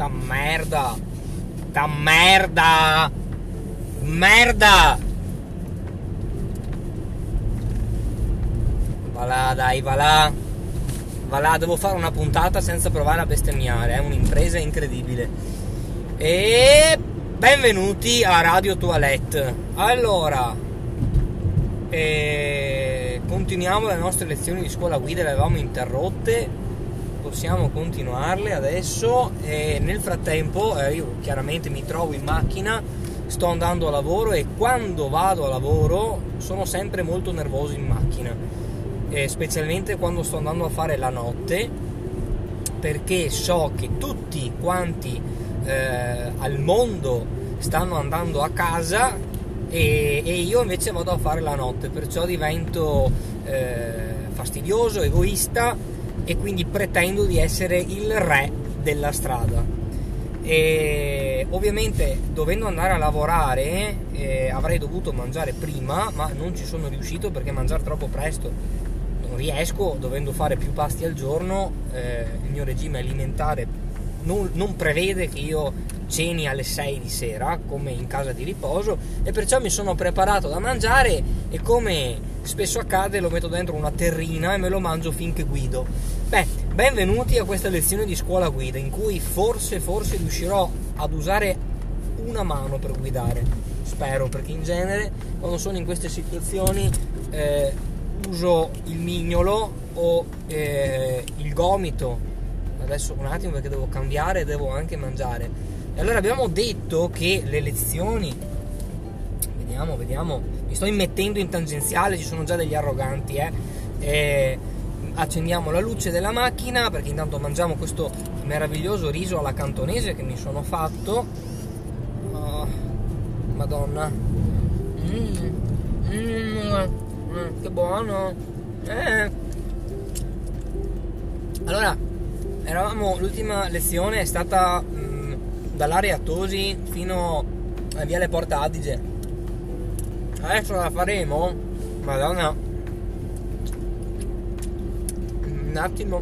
sta merda. Sta merda. Merda. Va là, dai, va là. Va là, devo fare una puntata senza provare a bestemmiare. È un'impresa incredibile. E benvenuti a Radio Toilette. Allora, continuiamo le nostre lezioni di scuola guida, le avevamo interrotte, possiamo continuarle adesso. E nel frattempo io chiaramente mi trovo in macchina, sto andando a lavoro e quando vado a lavoro sono sempre molto nervoso in macchina, specialmente quando sto andando a fare la notte, perché so che tutti quanti al mondo stanno andando a casa e io invece vado a fare la notte, perciò divento fastidioso, egoista e quindi pretendo di essere il re della strada. E ovviamente dovendo andare a lavorare avrei dovuto mangiare prima, ma non ci sono riuscito perché mangiare troppo presto non riesco, dovendo fare più pasti al giorno. Il mio regime alimentare non prevede che io ceni alle 6 di sera come in casa di riposo, e perciò mi sono preparato da mangiare e, come spesso accade, lo metto dentro una terrina e me lo mangio finché guido. Benvenuti a questa lezione di scuola guida in cui forse riuscirò ad usare una mano per guidare, spero, perché in genere quando sono in queste situazioni uso il mignolo o il gomito. Adesso un attimo perché devo cambiare e devo anche mangiare. E allora abbiamo detto che le lezioni, vediamo, mi sto immettendo in tangenziale, ci sono già degli arroganti, accendiamo la luce della macchina perché intanto mangiamo questo meraviglioso riso alla cantonese che mi sono fatto. Oh, madonna, che buono. Allora, l'ultima lezione è stata dall'area Tosi fino a Viale Porta Adige. Adesso la faremo, madonna, un attimo,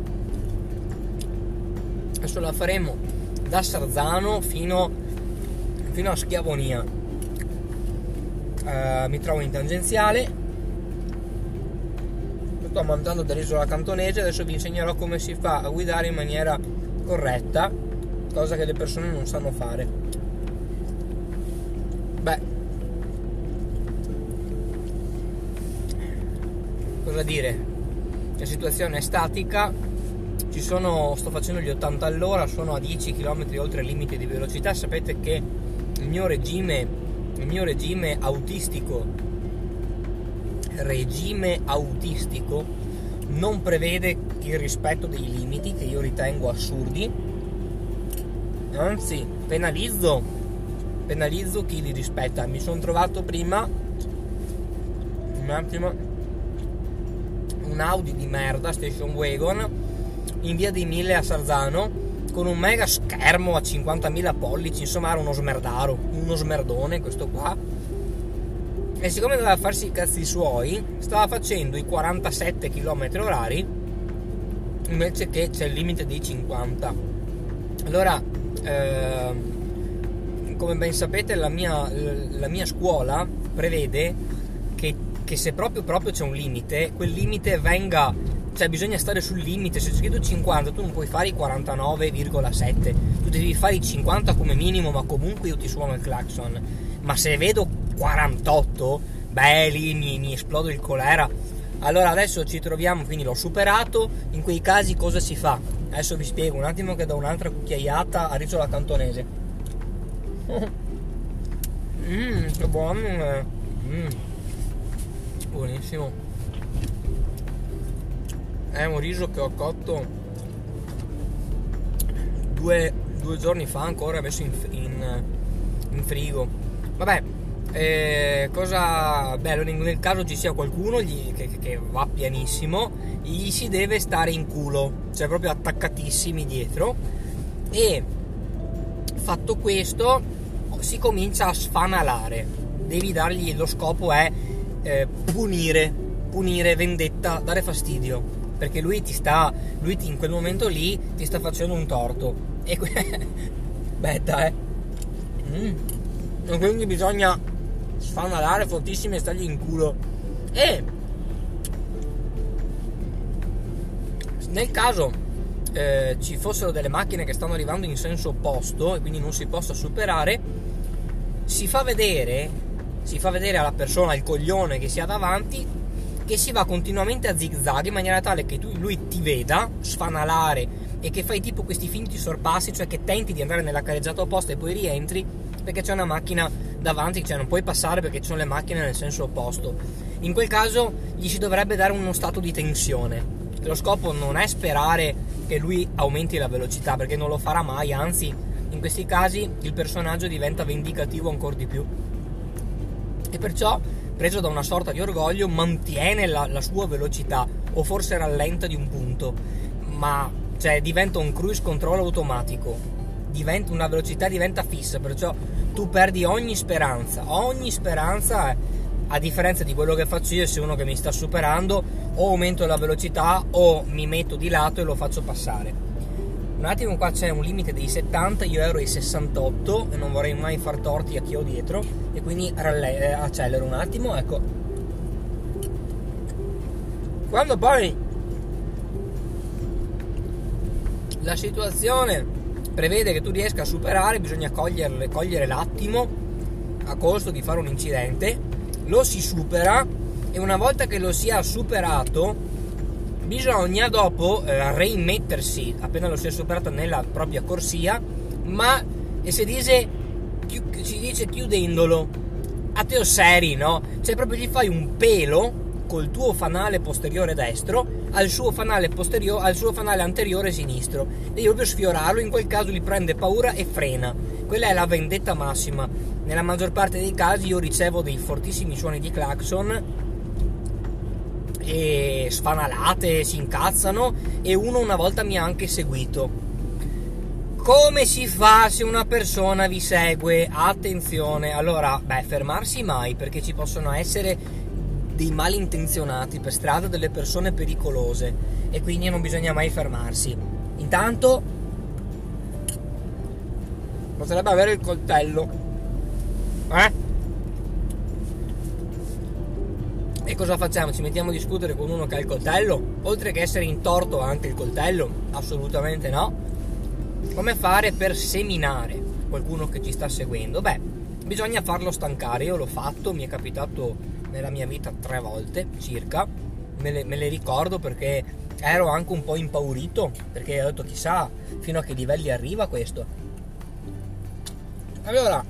adesso la faremo da Sarzano fino a Schiavonia. Mi trovo in tangenziale, sto mangiando del riso alla cantonese, adesso vi insegnerò come si fa a guidare in maniera corretta, cosa che le persone non sanno fare. Cosa dire? La situazione è statica, sto facendo gli 80 all'ora, sono a 10 km oltre il limite di velocità. Sapete che il mio regime autistico non prevede il rispetto dei limiti, che io ritengo assurdi, anzi penalizzo chi li rispetta. Mi sono trovato prima un attimo un Audi di merda station wagon in via dei Mille a Sarzano con un mega schermo a 50.000 pollici, insomma era uno smerdone questo qua, e siccome doveva farsi i cazzi suoi stava facendo i 47 km orari invece che c'è il limite dei 50. Allora come ben sapete la mia scuola prevede che se proprio c'è un limite, quel limite bisogna stare sul limite. Se c'è scritto 50 tu non puoi fare i 49,7, tu devi fare i 50 come minimo, ma comunque io ti suono il clacson. Ma se vedo 48, lì mi esplodo il colera. Allora adesso ci troviamo, quindi l'ho superato. In quei casi cosa si fa? Adesso vi spiego un attimo che do un'altra cucchiaiata a riso alla cantonese. Che buono. Buonissimo. È un riso che ho cotto due giorni fa, ancora messo in frigo. Cosa bello, nel caso ci sia qualcuno che va pianissimo, gli si deve stare in culo, cioè proprio attaccatissimi dietro, e fatto questo si comincia a sfanalare. Devi dargli, lo scopo è punire, vendetta, dare fastidio, perché lui in quel momento lì ti sta facendo un torto, e aspetta, E quindi bisogna sfanalare fortissimo e stargli in culo. E nel caso ci fossero delle macchine che stanno arrivando in senso opposto e quindi non si possa superare, si fa vedere alla persona, il coglione che si ha davanti, che si va continuamente a zigzag in maniera tale che lui ti veda sfanalare e che fai tipo questi finti sorpassi, cioè che tenti di andare nella careggiata opposta e poi rientri perché c'è una macchina davanti, cioè non puoi passare perché ci sono le macchine nel senso opposto. In quel caso gli si dovrebbe dare uno stato di tensione. Lo scopo non è sperare che lui aumenti la velocità, perché non lo farà mai, anzi in questi casi il personaggio diventa vendicativo ancora di più e perciò, preso da una sorta di orgoglio, mantiene la sua velocità o forse rallenta di un punto, ma cioè diventa un cruise control automatico, diventa una velocità, diventa fissa, perciò tu perdi ogni speranza, a differenza di quello che faccio io. Se uno che mi sta superando, o aumento la velocità o mi metto di lato e lo faccio passare. Un attimo, qua c'è un limite dei 70, io ero ai 68 e non vorrei mai far torti a chi ho dietro e quindi accelero un attimo, ecco. Quando poi la situazione prevede che tu riesca a superare, bisogna cogliere l'attimo a costo di fare un incidente, lo si supera e una volta che lo si ha superato bisogna dopo reimmettersi appena lo si è superato nella propria corsia, ma si dice chiudendolo a teo seri, no? Cioè proprio gli fai un pelo col tuo fanale posteriore destro al suo fanale anteriore sinistro, devi proprio sfiorarlo. In quel caso gli prende paura e frena. Quella è la vendetta massima. Nella maggior parte dei casi io ricevo dei fortissimi suoni di clacson e sfanalate, si incazzano, e uno una volta mi ha anche seguito. Come si fa se una persona vi segue? Attenzione, allora, fermarsi mai, perché ci possono essere dei malintenzionati per strada, delle persone pericolose, e quindi non bisogna mai fermarsi. Intanto potrebbe avere il coltello, e cosa facciamo? Ci mettiamo a discutere con uno che ha il coltello? Oltre che essere in torto anche il coltello? Assolutamente no. Come fare per seminare qualcuno che ci sta seguendo? Bisogna farlo stancare. Io l'ho fatto, mi è capitato nella mia vita 3 volte circa, me le ricordo perché ero anche un po' impaurito, perché ho detto chissà fino a che livelli arriva questo. Allora,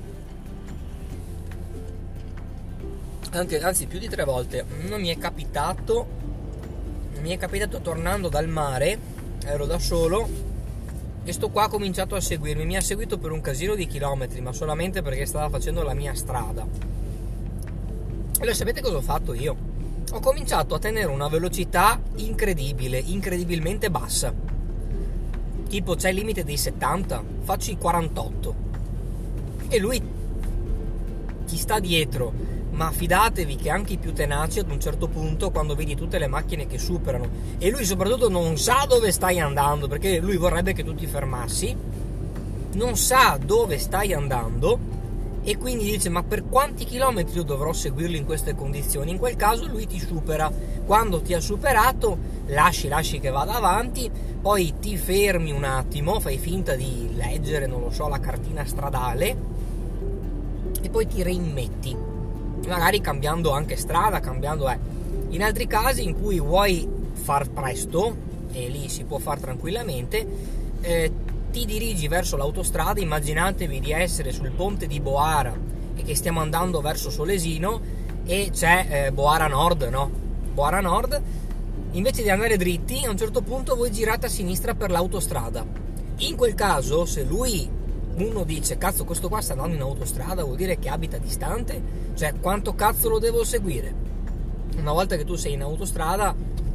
anzi più di 3 volte, non mi è capitato tornando dal mare, ero da solo e sto qua ha cominciato a seguirmi, mi ha seguito per un casino di chilometri, ma solamente perché stava facendo la mia strada. Allora sapete cosa ho fatto io? Ho cominciato a tenere una velocità incredibilmente bassa, tipo c'è il limite dei 70, faccio i 48 e lui ti sta dietro. Ma fidatevi che anche i più tenaci ad un certo punto, quando vedi tutte le macchine che superano, e lui soprattutto non sa dove stai andando, perché lui vorrebbe che tu ti fermassi, non sa dove stai andando e quindi dice: ma per quanti chilometri io dovrò seguirlo in queste condizioni? In quel caso lui ti supera. Quando ti ha superato lasci che vada avanti, poi ti fermi un attimo, fai finta di leggere, non lo so, la cartina stradale e poi ti reimmetti, magari cambiando anche strada, in altri casi in cui vuoi far presto, e lì si può far tranquillamente, ti dirigi verso l'autostrada. Immaginatevi di essere sul ponte di Boara e che stiamo andando verso Solesino e c'è Boara Nord, no? Boara Nord, invece di andare dritti a un certo punto voi girate a sinistra per l'autostrada. In quel caso, se uno dice: cazzo, questo qua sta andando in autostrada, vuol dire che abita distante, cioè quanto cazzo lo devo seguire? Una volta che tu sei in autostrada,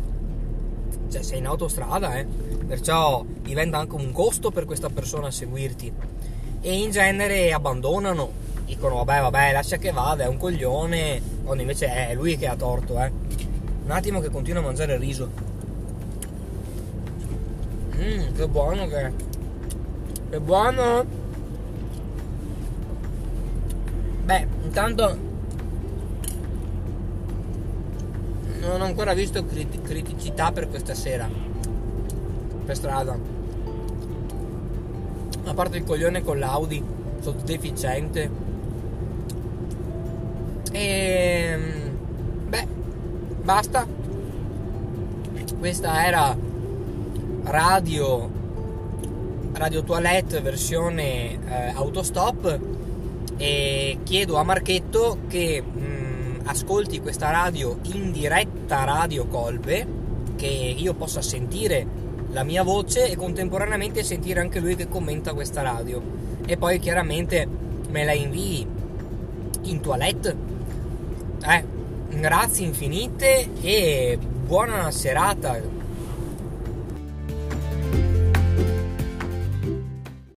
perciò diventa anche un costo per questa persona seguirti, e in genere abbandonano, dicono vabbè lascia che vada, è un coglione, quando invece è lui che ha torto. Un attimo che continuo a mangiare il riso. Che buono che è buono. Beh, intanto non ho ancora visto criticità per questa sera per strada, a parte il coglione con l'Audi deficiente. E beh, basta. Questa era radio Toilette versione autostop, e chiedo a Marchetto che ascolti questa radio in diretta Radio Colbe, che io possa sentire la mia voce e contemporaneamente sentire anche lui che commenta questa radio, e poi chiaramente me la invii in toilette. Grazie infinite e buona serata.